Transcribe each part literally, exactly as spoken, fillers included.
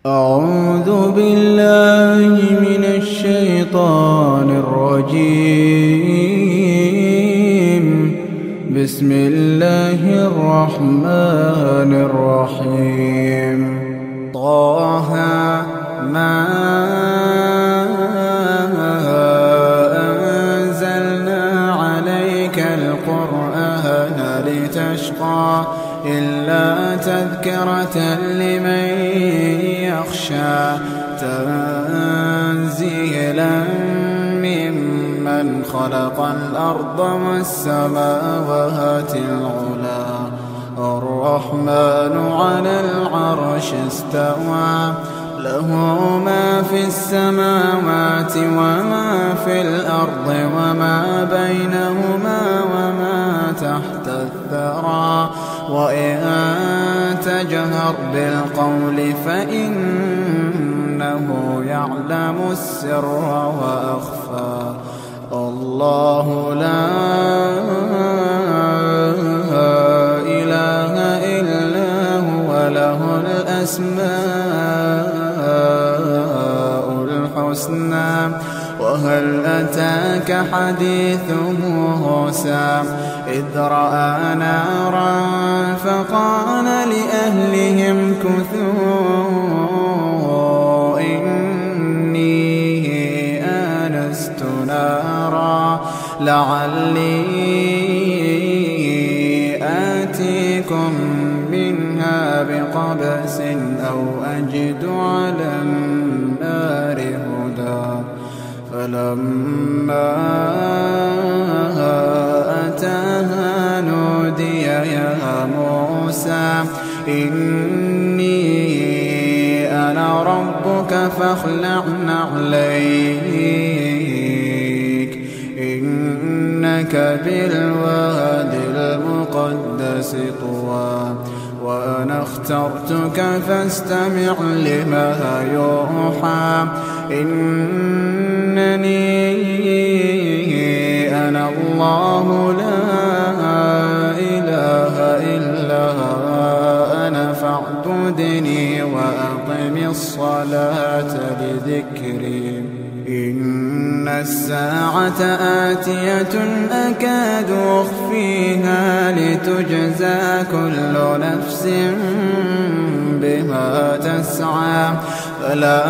أعوذ بالله من الشيطان الرجيم. بسم الله الرحمن الرحيم. طه ما أنزلنا عليك القرآن لتشقى إلا تذكرة لمن يخشى تنزيلا ممن خلق الأرض والسماوات العلى الرحمن على العرش استوى له ما في السماوات وما في الأرض وما بينهما وما تحت الثرى وإن تجهر بالقول فإنه يعلم السر وأخفى الله لا إله إلا هو له الأسماء الحسنى. وهل أتاك حديث موسى إذ رأى نارا فقال لأهلهم كثوا إني آنست نارا لعلي آتيكم منها بقبس أو أجد على النار هدى. فلما أتاها نودي يا موسى إني أنا ربك فاخلع نعليك إنك بالواد المقدس طوى وأنا اخترتك فاستمع لما يوحى إنني أنا الله لا إله إلا أنا فاعبدني وأقم الصلاة لذكري إن الساعة آتية أكاد أخفيها لتجزى كل نفس بما تسعى فلا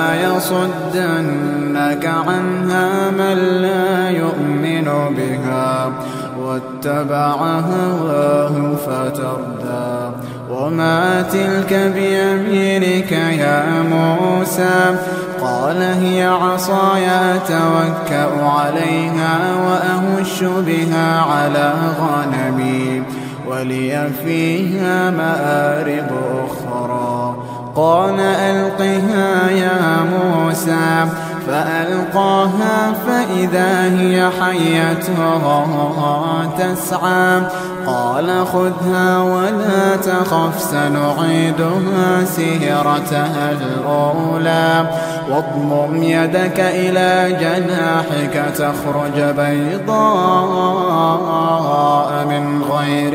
يصدنك عنها من لا يؤمن بها واتبع هواه فتردى. وما تلك بيمينك يا موسى قال هي عصاي أتوكأ عليها وأهش بها على غنمي ولي فيها مآرب أخرى. قال ألقها يا موسى فألقاها فإذا هي حية تسعى. قال خذها ولا تخف سنعيدها سيرتها الأولى واضمم يدك إلى جناحك تخرج بيضاء من غير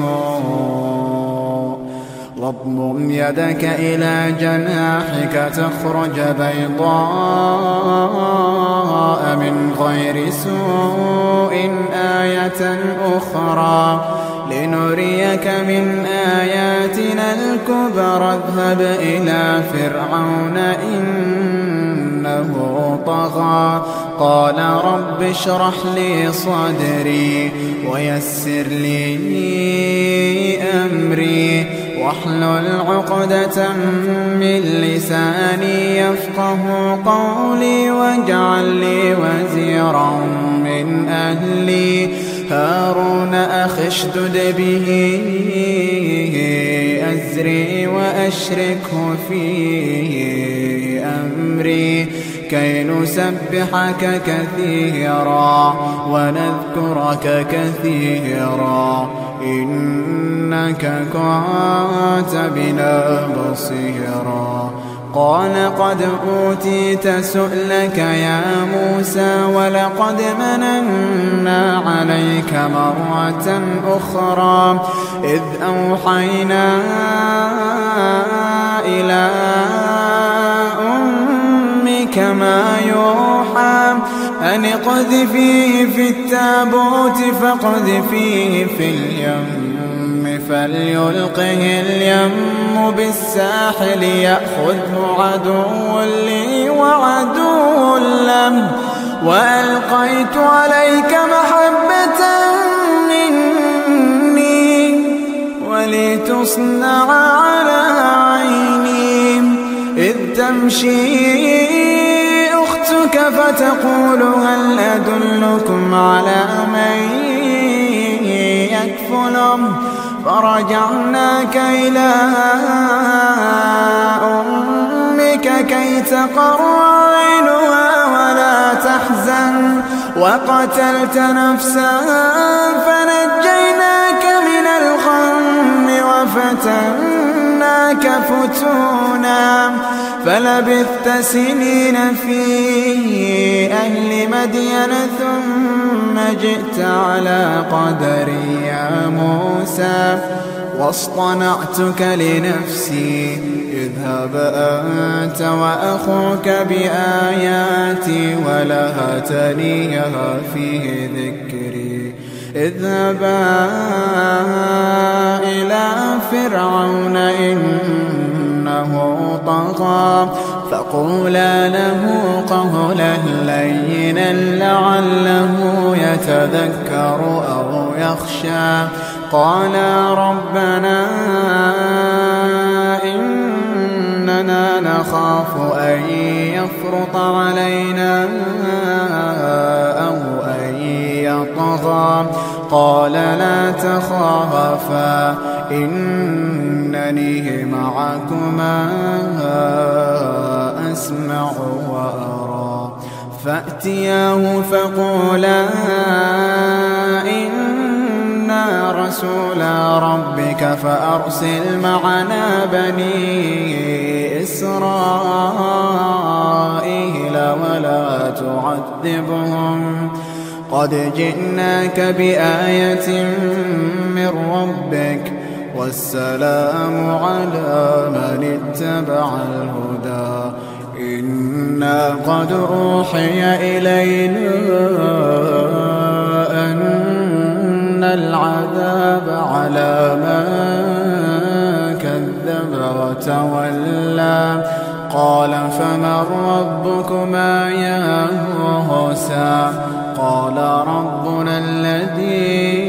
سوء واضمم يدك إلى جناحك تخرج بيضاء من غير سوء آية أخرى لنريك من آياتنا الكبرى. اذهب إلى فرعون إنه طغى. قال رب اشرح لي صدري ويسر لي أمري واحلل عقدة من لساني يفقه قولي واجعل لي وزيرا من أهلي هارون أخي اشدد به أزري وأشركه في أمري كي نسبحك كثيرا ونذكرك كثيرا إنك كنت بنا بصيرا. قال قد أوتيت سؤلك يا موسى ولقد مننا عليك مرة أخرى إذ أوحينا إلى كما يوحى أن اقذفيه في التابوت فاقذفيه في اليم فليلقه اليم بالساحل يأخذه عدو لي وعدو له وألقيت عليك محبة مني ولتصنع على عيني إذ تمشي أختك فتقول هل أدلكم على من يكفله فرجعناك إلى أمك كي تقر عينها ولا تحزن وقتلت نفسا فنجيناك من الغم وفتناك فتونا فلبثت سنين في أهل مدين ثم جئت على قدري يا موسى واصطنعتك لنفسي اذهب أنت وأخوك بآياتي ولا تنيها في ذكري اذهبا إلى فرعون إنه طغى فقولا له قولا لينا لعله يتذكر أو يخشى قالا ربنا إننا نخاف أن يفرط علينا أو أن يطغى قال لا تخافا إنني معكما أسمع وأرى فأتياه فقولا إنا رسول ربك فأرسل معنا بني إسرائيل ولا تعذبهم قد جئناك بآية من ربك والسلام على من اتبع الهدى إنا قد أوحي إلينا أن العذاب على من كذب وتولى قال فمن ربكما يا موسى قال ربنا الذي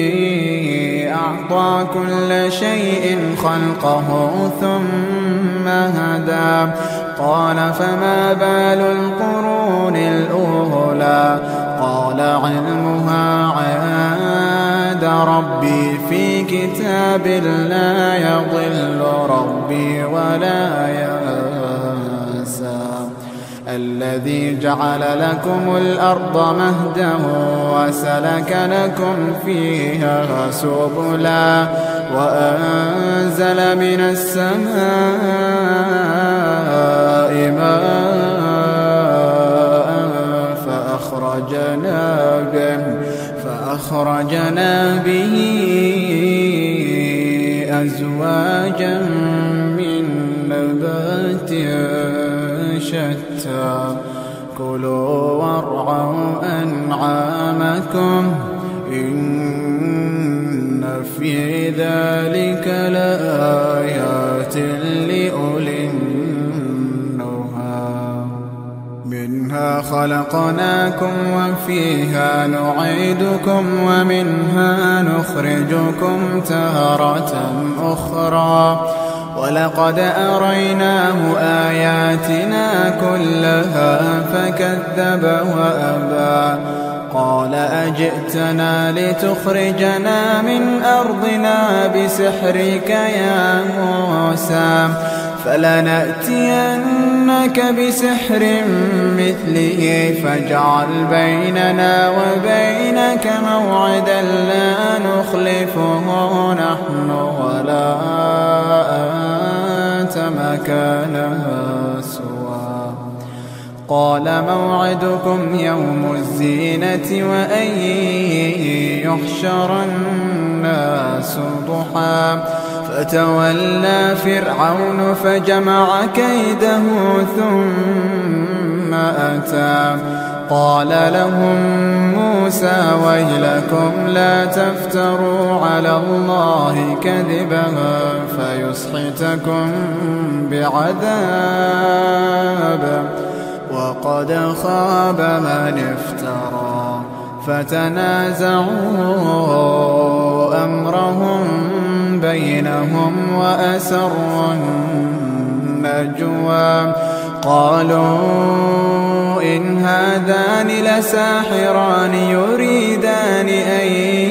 أعطى كل شيء خلقه ثم هدى قال فما بال القرون الأولى قال علمها عند ربي في كتاب لا يضل ربي ولا ينسى الذي جعل لكم الأرض مهدا وسلك لكم فيها سبلا وأنزل من السماء ماء فأخرجنا به فأخرجنا به أزواجا من نبات شتى كلوا وارعوا أنعامكم إن في ذلك لآيات لأولي النهى منها خلقناكم وفيها نعيدكم ومنها نخرجكم تارة أخرى ولقد أريناه آياتنا كلها فكذب وأبى قال أجئتنا لتخرجنا من أرضنا بسحرك يا موسى فلنأتينك بسحر مثله فاجعل بيننا وبينك موعدا لا نخلفه نحن ولا أنت مكانها سوى قال موعدكم يوم الزينة وأن يحشر الناس ضحى فتولى فرعون فجمع كيده ثم موسى قال لهم موسى ويلكم لا تفتروا على الله كذبا فيسحتكم بعذاب وقد خاب من افترى فتنازعوا أمرهم بينهم وأسروا النجوى قالوا إن هذان لساحران يريدان أن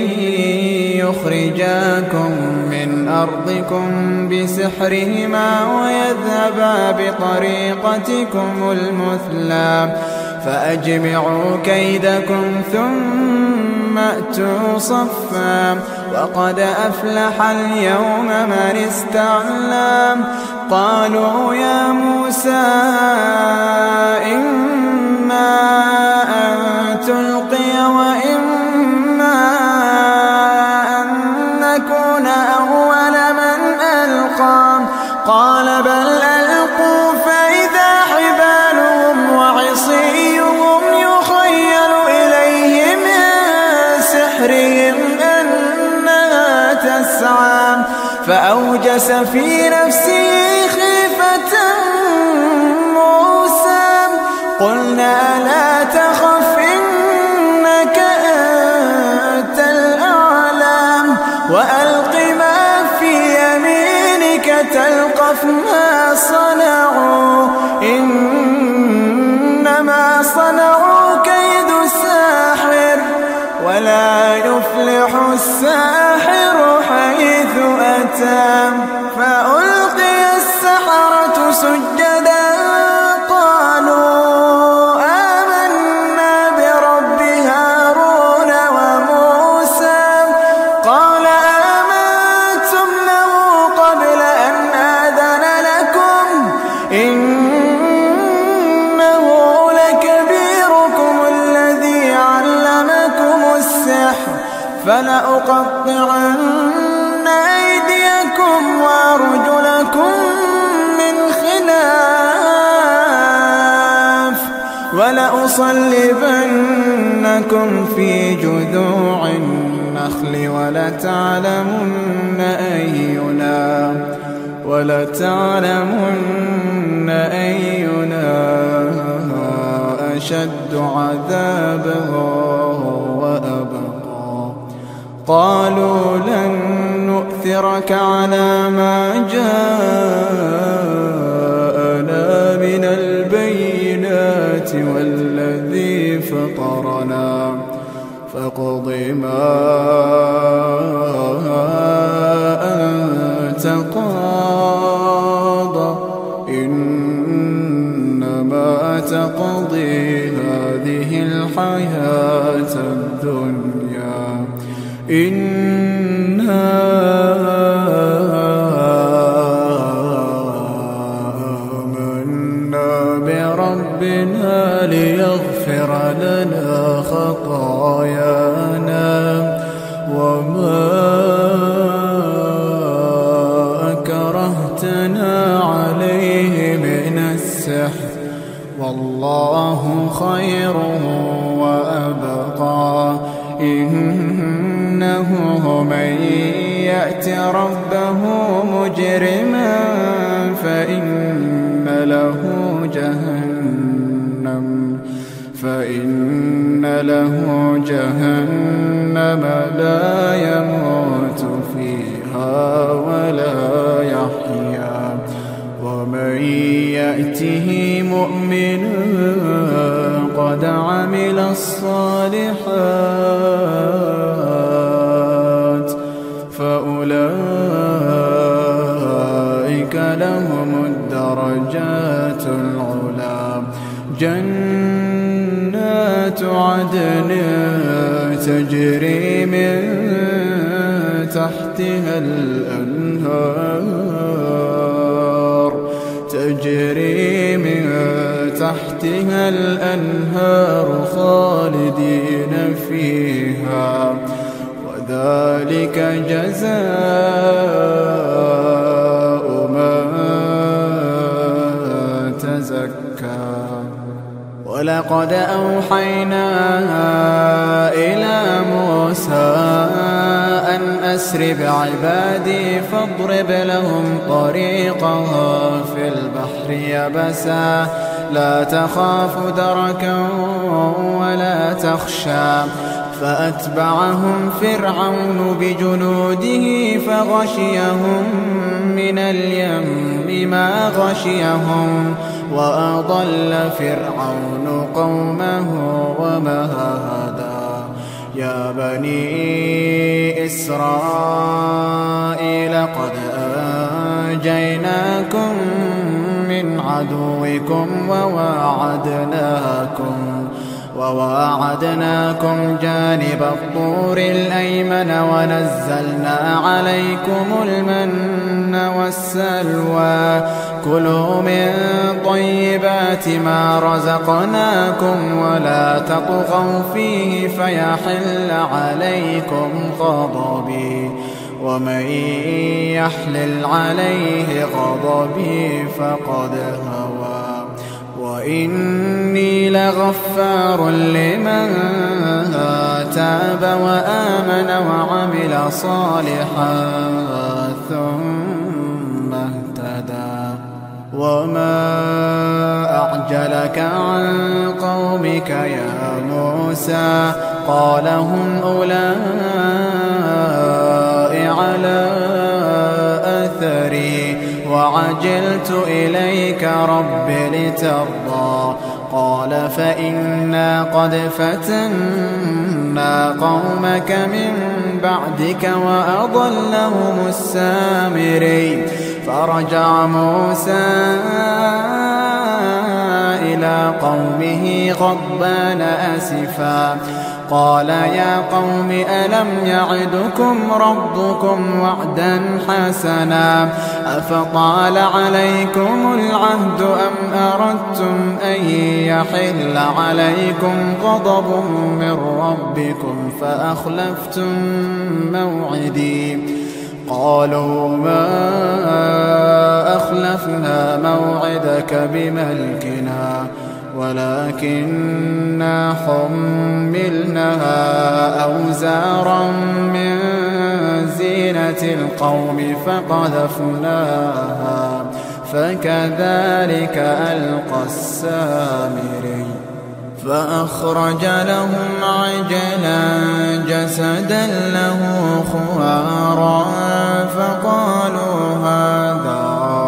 يخرجاكم من أرضكم بسحرهما ويذهبا بطريقتكم المثلى فأجمعوا كيدكم ثم أتوا صفا وقد أفلح اليوم من استعلى قالوا يا موسى إما أن تلقي وإما أن نكون أول من ألقى قال بل ألقوا فإذا حبالهم وعصيهم يخيل إليه من سحرهم أنها تسعى فأوجس في نفسه خيفة موسى قلنا لا تخف إنك أنت الأعلى وألق ما في يمينك تلقف ما صنعوا إنما صنعوا كيد ساحر ولا يفلح الساحر حيث أتى فألقي السحرة سجدا قالوا آمنا برب هارون وموسى قال آمنتم له قبل أن آذن لكم إنه لكبيركم الذي علمكم السحر فلأقطعن أيديكم وأرجلكم من خلاف ولأصلبنكم في جذوع النخل ولتعلمن أينا ولتعلمن أينا أشد عذابا وأبقى قالوا لن نؤثرك على ما جاءنا من البينات والذي فطرنا فاقض ما أنت قاض إنما تقضي هذه الحياة الدنيا إنا آمنا بربنا ليغفر لنا خطايانا وما أكرهتنا عليه من السحر والله خير وأبقى إنه من يأت ربه مجرما فإن له جهنم فإن له جهنم لا يموت فيها ولا يحيا ومن يأته مؤمنا قد عمل الصالحات فأولئك لهم الدرجات العلى جنات عدن تجري من تحتها الأنهار تجري من تحتها الأنهار خالدين فيها وذلك جزاء من تزكى ولقد أوحينا إلى موسى أن أسر بعبادي فاضرب لهم طريقا في البحر يبسا لا تخاف دركا ولا تخشى فأتبعهم فرعون بجنوده فغشيهم من اليم ما غشيهم وأضل فرعون قومه وما هدى يا بني إسرائيل قد أنجيناكم من عدوكم وواعدناكم وواعدناكم جانب الطور الأيمن ونزلنا عليكم المن والسلوى كلوا من طيبات ما رزقناكم ولا تطغوا فيه فيحل عليكم غضبي ومن يحلل عليه غضبي فقد هوى وإني لغفار لمن تاب وآمن وعمل صالحا ثم اهتدى وما أعجلك عن قومك يا موسى قال هم أولئك على أثري وعجلت إليك رب لترضى قال فإنا قد فتنا قومك من بعدك وأضلهم السامري فرجع موسى إلى قومه غضبان أسفا قال يا قوم ألم يعدكم ربكم وعدا حسنا أفطال عليكم العهد أم أردتم أن يحل عليكم غضب من ربكم فأخلفتم موعدي قالوا ما أخلفنا موعدك بملكنا ولكننا حملنا أوزارا من زينة القوم فقذفناها فكذلك ألقى السامري فأخرج لهم عجلا جسدا له خوارا فقالوا هذا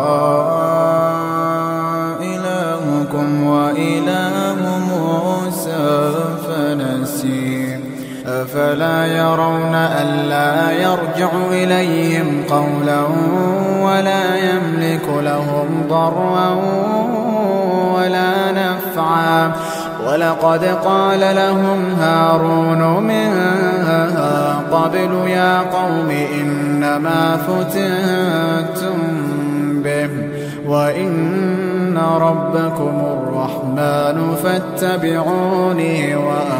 إلهكم وإله موسى فنسي أفلا يرون ألا يرجع إليهم قولا ولا يملك لهم ضرا ولا نفعا ولقد قال لهم هارون من قبل يا قوم إنما فتنتم به وإن ربكم الرحمن فاتبعوني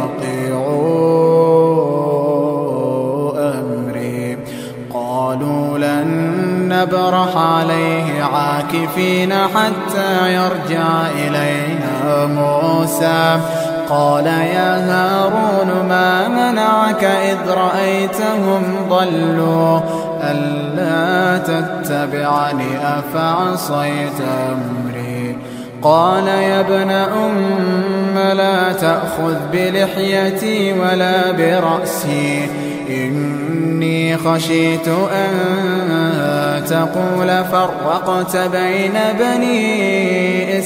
وأطيعوا أمري قالوا لن نبرح عليه عاكفين حتى يرجع إلينا موسى قال يا هارون ما منعك إذ رأيتهم ضلوا ألا تتبعني أفعصيت أمري قال يا ابن أم لا تأخذ بلحيتي ولا برأسي إني خشيت أن تقول فرقت بين بني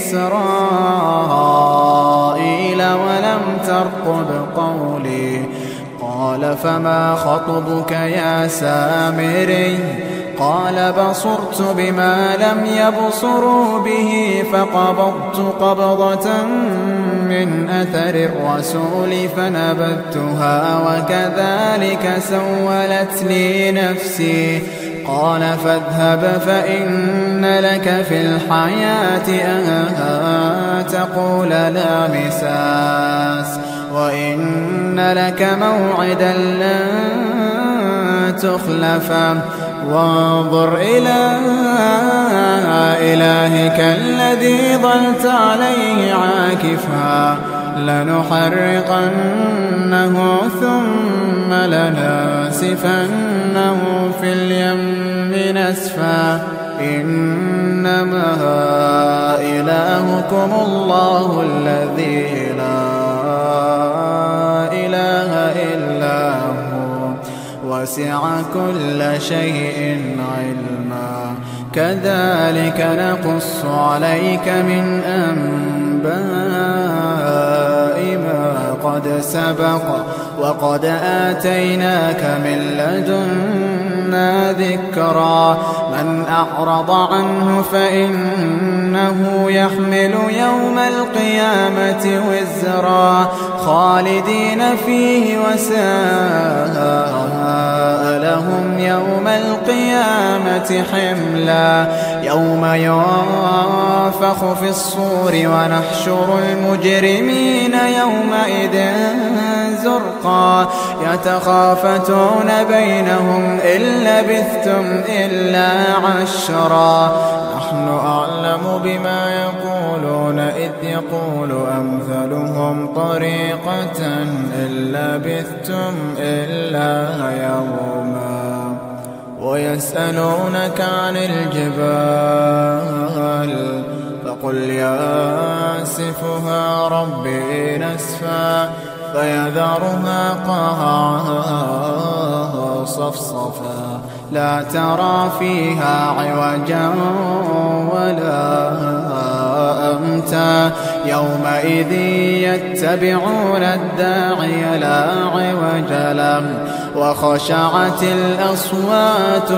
إسرائيل ولم ترقب قولي قال فما خطبك يا سامري قال بصرت بما لم يبصروا به فقبضت قبضة من أثر الرسول فنبذتها وكذلك سولت لي نفسي قال فاذهب فإن لك في الحياة أن تقول لا مساس وإن لك موعدا لن تخلفه وانظر إلى إلهك الذي ظلت عليه عاكفا لنحرقنه ثم لنسفنه في اليم نسفا إنما إلهكم الله الذي لا إله إلا هو وسع كل شيء علما كذلك نقص عليك من أنباء ما قد سبق وقد آتيناك من لدنا ذكرا من أعرض عنه فإنه يحمل يوم القيامة وزرا خالدين فيه وساء لهم يوم القيامة حملا يوم ينفخ في الصور ونحشر المجرمين يومئذ زرقا يتخافتون بينهم إن لبثتم إلا عشرا نحن أعلم بما يقولون إذ يقول أمثلهم طريقة إن لبثتم إلا يوما ويسألونك عن الجبال فقل ينسفها ربي نسفا فيذرها قاعا صفصفا لا ترى فيها عوجا ولا أمتا يومئذ يتبعون الداعي لا عوج له وخشعت الأصوات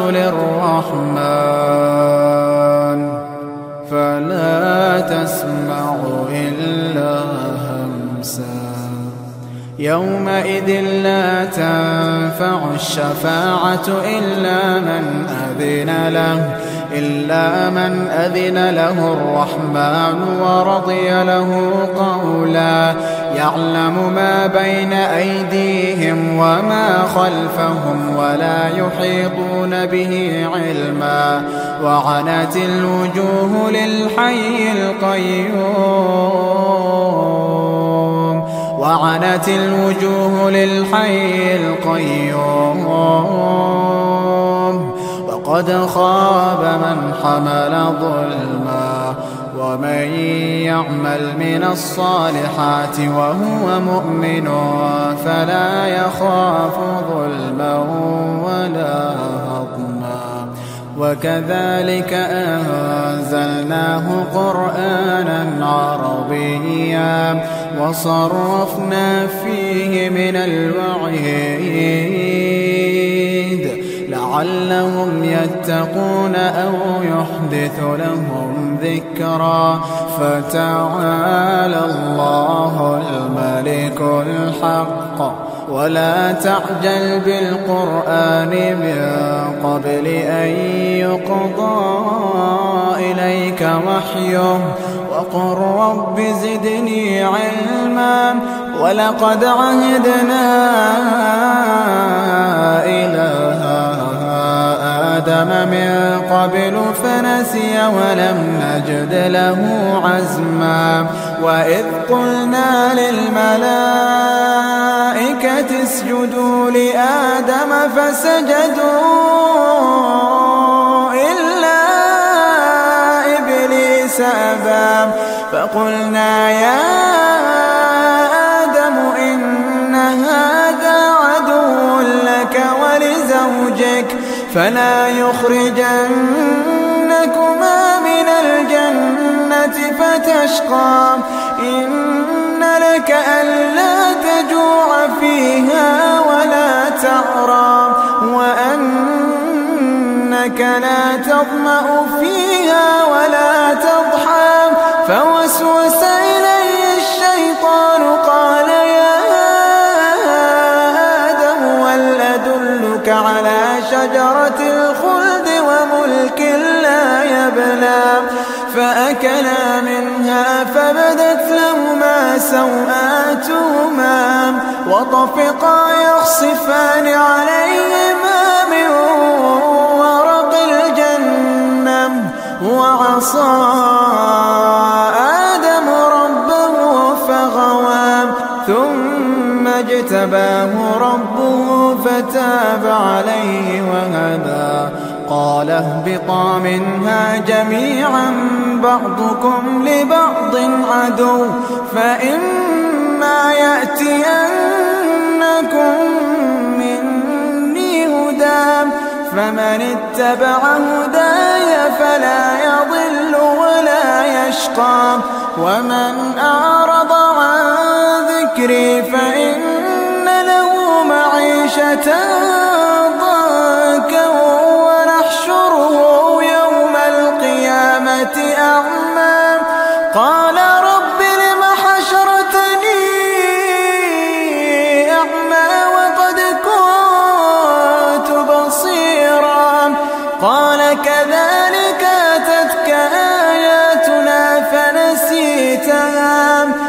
للرحمن فلا تسمع إلا همسا يومئذ لا تنفع الشفاعة إلا من أذن له إلا من أذن له الرحمن ورضي له قولا يعلم ما بين أيديهم وما خلفهم ولا يحيطون به علما وعنت الوجوه للحي القيوم وعنت الوجوه للحي القيوم وقد خاب من حمل ظلما ومن يعمل من الصالحات وهو مؤمن فلا يخاف ظلما ولا هضما وكذلك أنزلناه قرآنا عربيا وصرفنا فيه من الوعيد لعلهم يتقون أو يحدث لهم ذكرا فتعالى الله الملك الحق ولا تعجل بالقرآن من قبل أن يقضى إليك وحيه وقل رب زدني علما ولقد عهدنا إلى آدم من قبل فنسي ولم نجد له عزما وإذ قلنا للملائكة اسجدوا لآدم فسجدوا إلا إبليس أبى فقلنا يا آدم إن هذا عدو لك ولزوجك فلا يخرجنكما من الجنة فتشقى إن لك ألا تجوع فيها ولا تعرى وأنك لا تظمأ فيها ولا تضحى فوسوس إليه الشيطان قال يا آدم هل أدلك على شجرة الخلد وملك لا يبلى فأكلا منها فبدت لهما سوآتهما وطفقا يخصفان عليهما من وعصى آدم ربه فغوى ثم اجتباه ربه فتاب عليه وهدى قال اهبطا منها جميعا بعضكم لبعض عدو فإما يأتينكم مني هدى فمن اتبع هداي فلا يضل ولا يشقى ومن أعرض عن ذكري فإن له معيشة ضنكا ونحشره يوم القيامة أعمى قال رب لم حشرتني أعمى وقد كنت بصيرا قال كذلك أتتك آياتنا فنسيتها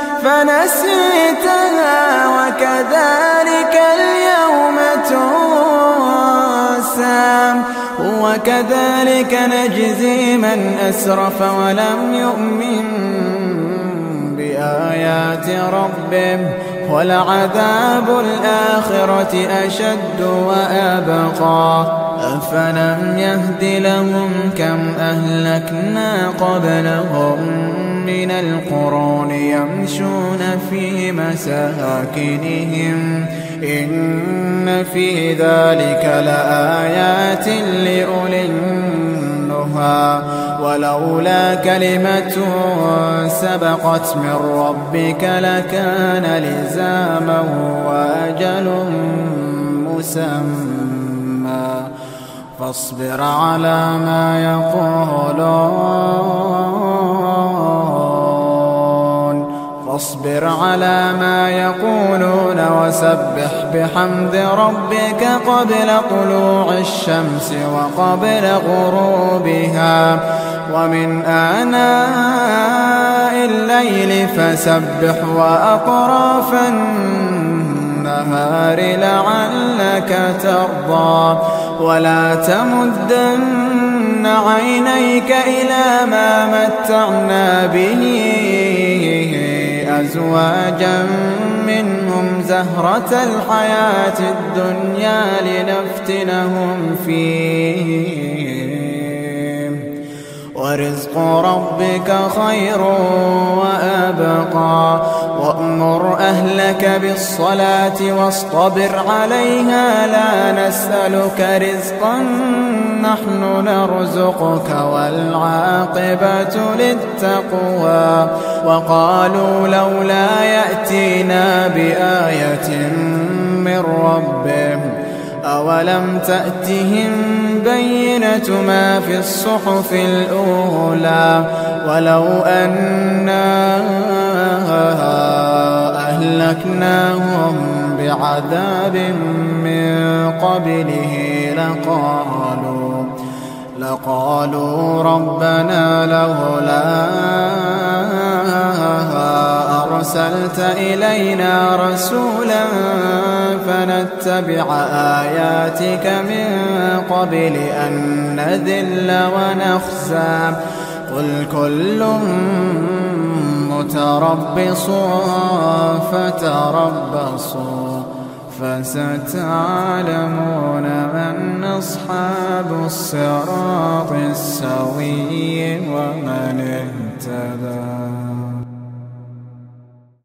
فنسيتها وكذلك اليوم تنسى وكذلك نجزي من أسرف ولم يؤمن بآيات ربه ولعذاب الآخرة أشد وأبقى أفلم يهد لهم كم أهلكنا قبلهم من القرون يمشون في مساكنهم إن في ذلك لآيات لأولي النهى ولولا كلمة سبقت من ربك لكان لزاما وأجل مسمى فاصبر على ما يقولون فاصبر على ما يقولون وسبح بحمد ربك قبل طلوع الشمس وقبل غروبها ومن آناء الليل فسبح وأطراف النهار لعلك ترضى ولا تمدن عينيك إلى ما متعنا به أزواجا منهم زهرة الحياة الدنيا لنفتنهم فيه ورزق ربك خير وأبقى وأمر أهلك بالصلاة واصطبر عليها لا نسألك رزقا نحن نرزقك والعاقبة للتقوى وقالوا لولا يأتينا بآية من ربه أولم تأتهم بينة ما في الصحف الأولى ولو أنا أهلكناهم بعذاب من قبله لقالوا لقالوا ربنا لولا أرسلت إلينا رسولا فنتبع آياتك من قبل أن نذل ونخزى قل كل متربص فتربصوا فستعلمون من أصحاب الصراط السوي ومن اهتدى.